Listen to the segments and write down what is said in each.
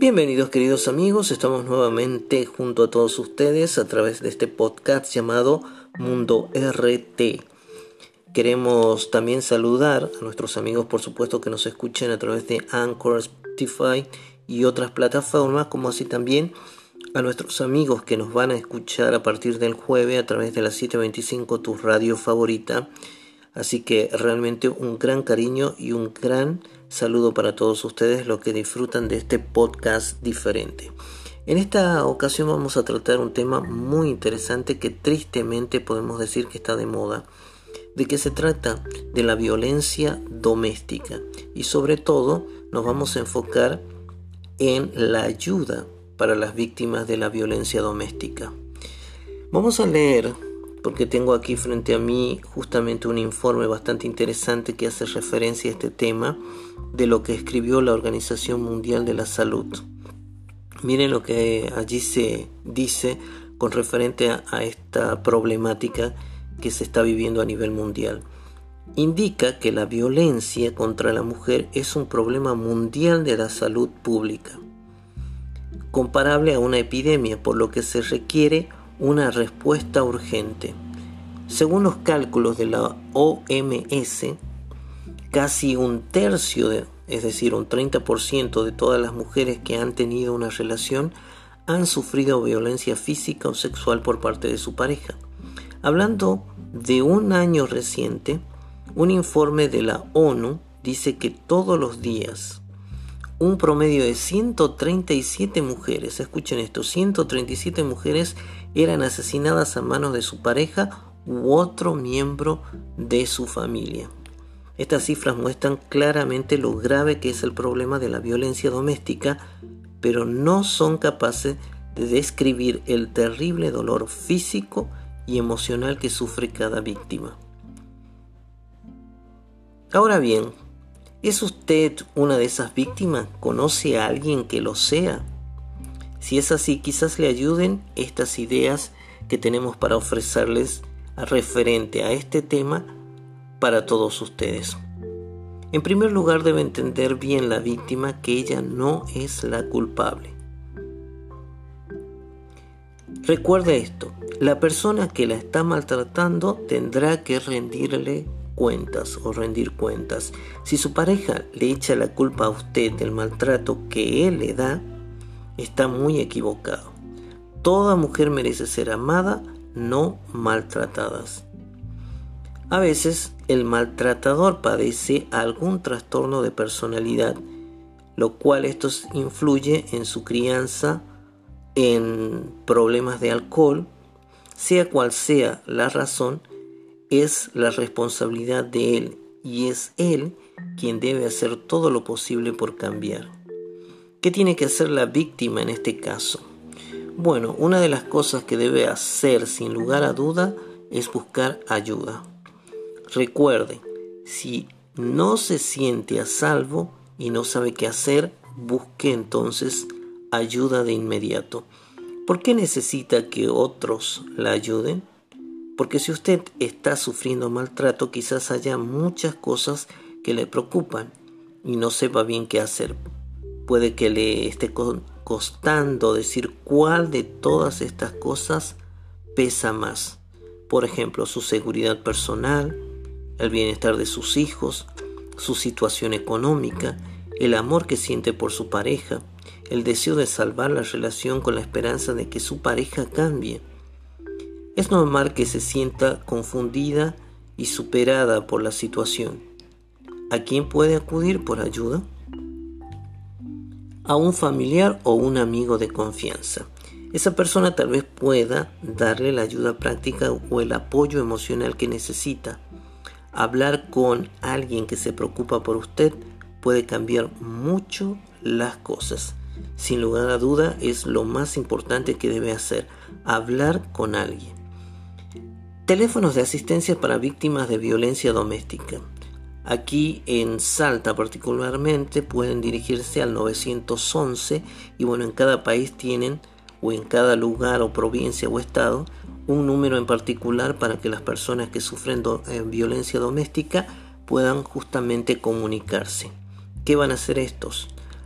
Bienvenidos queridos amigos, estamos nuevamente junto a todos ustedes a través de este podcast llamado Mundo RT. Queremos también saludar a nuestros amigos, por supuesto, que nos escuchen a través de Anchor, Spotify y otras plataformas, como así también a nuestros amigos que nos van a escuchar a partir del jueves a través de la 725, tu radio favorita. Así que realmente un gran cariño y un gran saludo para todos ustedes, los que disfrutan de este podcast diferente. En esta ocasión vamos a tratar un tema muy interesante que tristemente podemos decir que está de moda. ¿De qué se trata? De la violencia doméstica. Y sobre todo nos vamos a enfocar en la ayuda para las víctimas de la violencia doméstica. Vamos a leer, porque tengo aquí frente a mí justamente un informe bastante interesante que hace referencia a este tema de lo que escribió la Organización Mundial de la Salud. Miren lo que allí se dice con referente a esta problemática que se está viviendo a nivel mundial. Indica que la violencia contra la mujer es un problema mundial de la salud pública, comparable a una epidemia, por lo que se requiere una respuesta urgente. Según los cálculos de la OMS, casi un tercio, es decir, un 30% de todas las mujeres que han tenido una relación han sufrido violencia física o sexual por parte de su pareja. Hablando de un año reciente, un informe de la ONU dice que todos los días un promedio de 137 mujeres, escuchen esto, 137 mujeres eran asesinadas a manos de su pareja u otro miembro de su familia. Estas cifras muestran claramente lo grave que es el problema de la violencia doméstica, pero no son capaces de describir el terrible dolor físico y emocional que sufre cada víctima. Ahora bien, ¿es usted una de esas víctimas? ¿Conoce a alguien que lo sea? Si es así, quizás le ayuden estas ideas que tenemos para ofrecerles referente a este tema para todos ustedes. En primer lugar, debe entender bien la víctima que ella no es la culpable. Recuerde esto, la persona que la está maltratando tendrá que rendir cuentas. Si su pareja le echa la culpa a usted del maltrato que él le da, está muy equivocado. Toda mujer merece ser amada, no maltratadas. A veces el maltratador padece algún trastorno de personalidad, lo cual esto influye en su crianza, en problemas de alcohol. Sea cual sea la razón, es la responsabilidad de él y es él quien debe hacer todo lo posible por cambiar. ¿Qué tiene que hacer la víctima en este caso? Bueno, una de las cosas que debe hacer sin lugar a duda es buscar ayuda. Recuerde, si no se siente a salvo y no sabe qué hacer, busque entonces ayuda de inmediato. ¿Por qué necesita que otros la ayuden? Porque si usted está sufriendo maltrato, quizás haya muchas cosas que le preocupan y no sepa bien qué hacer. Puede que le esté costando decir cuál de todas estas cosas pesa más. Por ejemplo, su seguridad personal, el bienestar de sus hijos, su situación económica, el amor que siente por su pareja, el deseo de salvar la relación con la esperanza de que su pareja cambie. Es normal que se sienta confundida y superada por la situación. ¿A quién puede acudir por ayuda? A un familiar o un amigo de confianza. Esa persona tal vez pueda darle la ayuda práctica o el apoyo emocional que necesita. Hablar con alguien que se preocupa por usted puede cambiar mucho las cosas. Sin lugar a duda es lo más importante que debe hacer, hablar con alguien. Teléfonos de asistencia para víctimas de violencia doméstica. Aquí en Salta particularmente pueden dirigirse al 911 y en cada país tienen, o en cada lugar o provincia o estado, un número en particular para que las personas que sufren violencia doméstica puedan justamente comunicarse. ¿Qué van a hacer estos?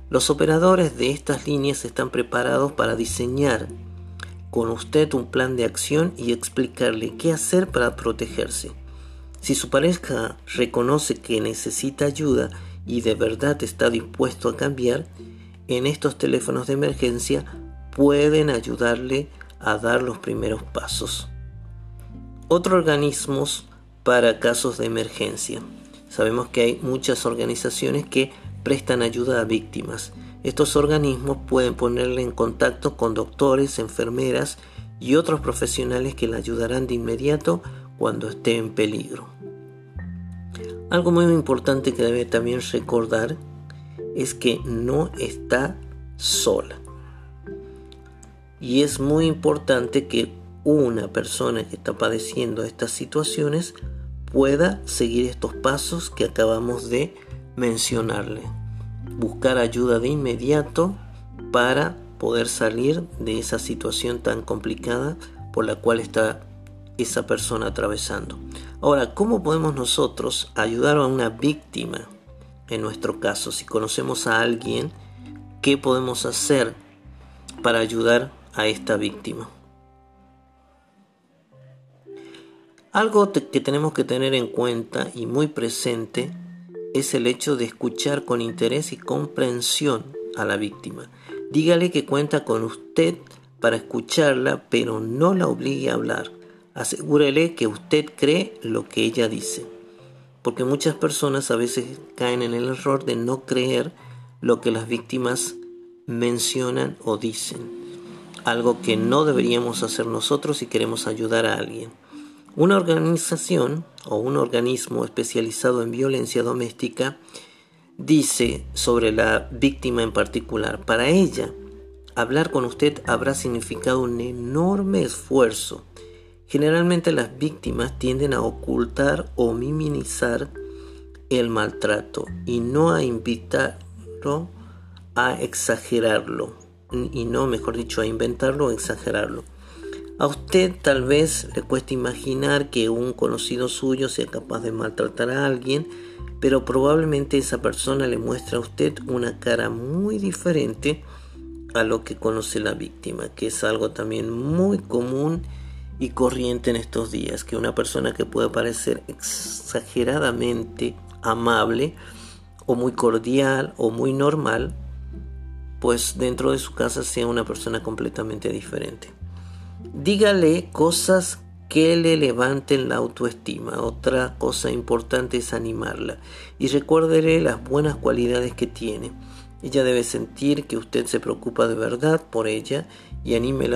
Los operadores de estas líneas están preparados para diseñar con usted un plan de acción y explicarle qué hacer para protegerse. Si su pareja reconoce que necesita ayuda y de verdad está dispuesto a cambiar, en estos teléfonos de emergencia pueden ayudarle a dar los primeros pasos. Otros organismos para casos de emergencia. Sabemos que hay muchas organizaciones que prestan ayuda a víctimas. Estos organismos pueden ponerle en contacto con doctores, enfermeras y otros profesionales que le ayudarán de inmediato cuando esté en peligro. Algo muy importante que debe también recordar es que no está sola. Y es muy importante que una persona que está padeciendo estas situaciones pueda seguir estos pasos que acabamos de mencionarle. Buscar ayuda de inmediato para poder salir de esa situación tan complicada por la cual está esa persona atravesando. Ahora, ¿cómo podemos nosotros ayudar a una víctima? En nuestro caso, si conocemos a alguien, ¿qué podemos hacer para ayudar a esta víctima? Algo que tenemos que tener en cuenta y muy presente es el hecho de escuchar con interés y comprensión a la víctima. Dígale que cuenta con usted para escucharla, pero no la obligue a hablar. Asegúrele que usted cree lo que ella dice, porque muchas personas a veces caen en el error de no creer lo que las víctimas mencionan o dicen, algo que no deberíamos hacer nosotros si queremos ayudar a alguien. Una organización o un organismo especializado en violencia doméstica dice sobre la víctima en particular: para ella, hablar con usted habrá significado un enorme esfuerzo. Generalmente las víctimas tienden a ocultar o minimizar el maltrato y no a invitarlo a exagerarlo, a inventarlo o exagerarlo. A usted tal vez le cueste imaginar que un conocido suyo sea capaz de maltratar a alguien, pero probablemente esa persona le muestra a usted una cara muy diferente a lo que conoce la víctima, que es algo también muy común y corriente en estos días, que una persona que puede parecer exageradamente amable o muy cordial o muy normal, pues dentro de su casa sea una persona completamente diferente. Dígale cosas que le levanten la autoestima. Otra cosa importante es animarla y recuérdele las buenas cualidades que tiene. Ella debe sentir que usted se preocupa de verdad por ella y anímela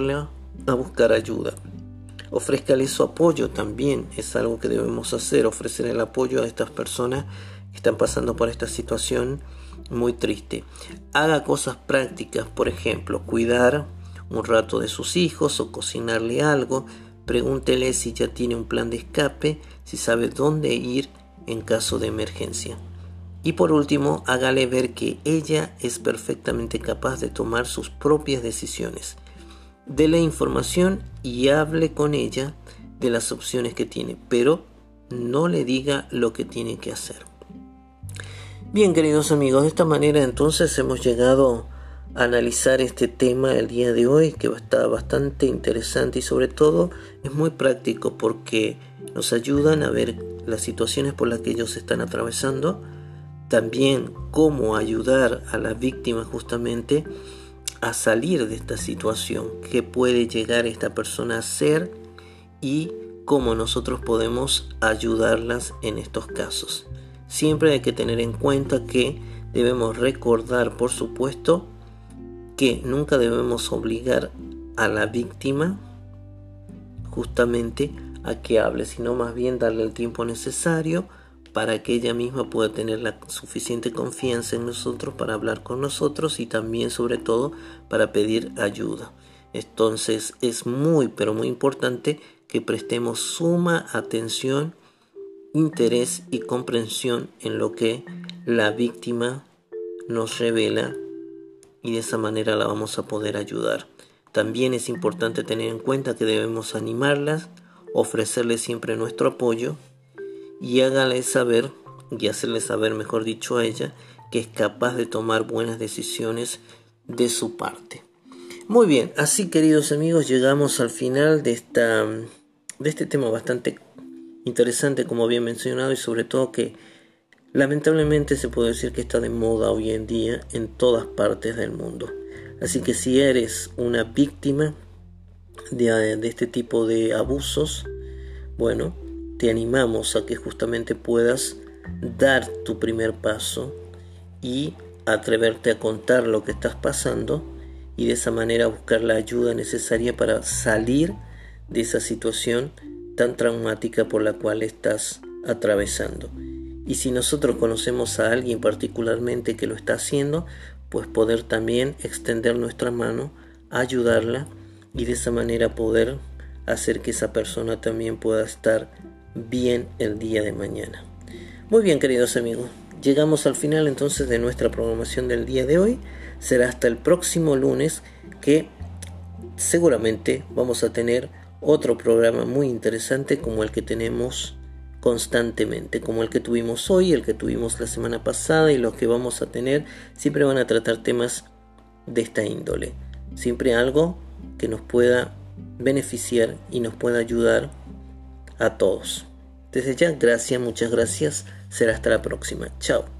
a buscar ayuda. Ofrézcale su apoyo también, es algo que debemos hacer, ofrecer el apoyo a estas personas que están pasando por esta situación muy triste. Haga cosas prácticas, por ejemplo, cuidar un rato de sus hijos o cocinarle algo. Pregúntele si ya tiene un plan de escape, si sabe dónde ir en caso de emergencia. Y por último, hágale ver que ella es perfectamente capaz de tomar sus propias decisiones. Dele información y hable con ella de las opciones que tiene, pero no le diga lo que tiene que hacer. Bien, queridos amigos, de esta manera entonces hemos llegado a analizar este tema el día de hoy, que está bastante interesante y sobre todo es muy práctico porque nos ayudan a ver las situaciones por las que ellos están atravesando, también cómo ayudar a la víctima justamente a salir de esta situación, qué puede llegar esta persona a hacer y cómo nosotros podemos ayudarlas en estos casos. Siempre hay que tener en cuenta que debemos recordar, por supuesto, que nunca debemos obligar a la víctima justamente a que hable, sino más bien darle el tiempo necesario para que ella misma pueda tener la suficiente confianza en nosotros para hablar con nosotros y también, sobre todo, para pedir ayuda. Entonces es muy, pero muy importante que prestemos suma atención, interés y comprensión en lo que la víctima nos revela y de esa manera la vamos a poder ayudar. También es importante tener en cuenta que debemos animarlas, ofrecerles siempre nuestro apoyo y hágale saber, y hacerle saber, mejor dicho, a ella, que es capaz de tomar buenas decisiones de su parte. Muy bien, así queridos amigos, llegamos al final de este tema bastante interesante, como había mencionado, y sobre todo que lamentablemente se puede decir que está de moda hoy en día en todas partes del mundo. Así que si eres una víctima de este tipo de abusos, bueno, te animamos a que justamente puedas dar tu primer paso y atreverte a contar lo que estás pasando y de esa manera buscar la ayuda necesaria para salir de esa situación tan traumática por la cual estás atravesando. Y si nosotros conocemos a alguien particularmente que lo está haciendo, pues poder también extender nuestra mano, ayudarla y de esa manera poder hacer que esa persona también pueda estar bien el día de mañana. Muy bien, queridos amigos, llegamos al final entonces de nuestra programación del día de hoy. Será hasta el próximo lunes que seguramente vamos a tener otro programa muy interesante como el que tenemos constantemente, como el que tuvimos hoy, el que tuvimos la semana pasada y los que vamos a tener. Siempre van a tratar temas de esta índole, siempre algo que nos pueda beneficiar y nos pueda ayudar a todos. Desde ya, gracias, muchas gracias. Será hasta la próxima. Chao.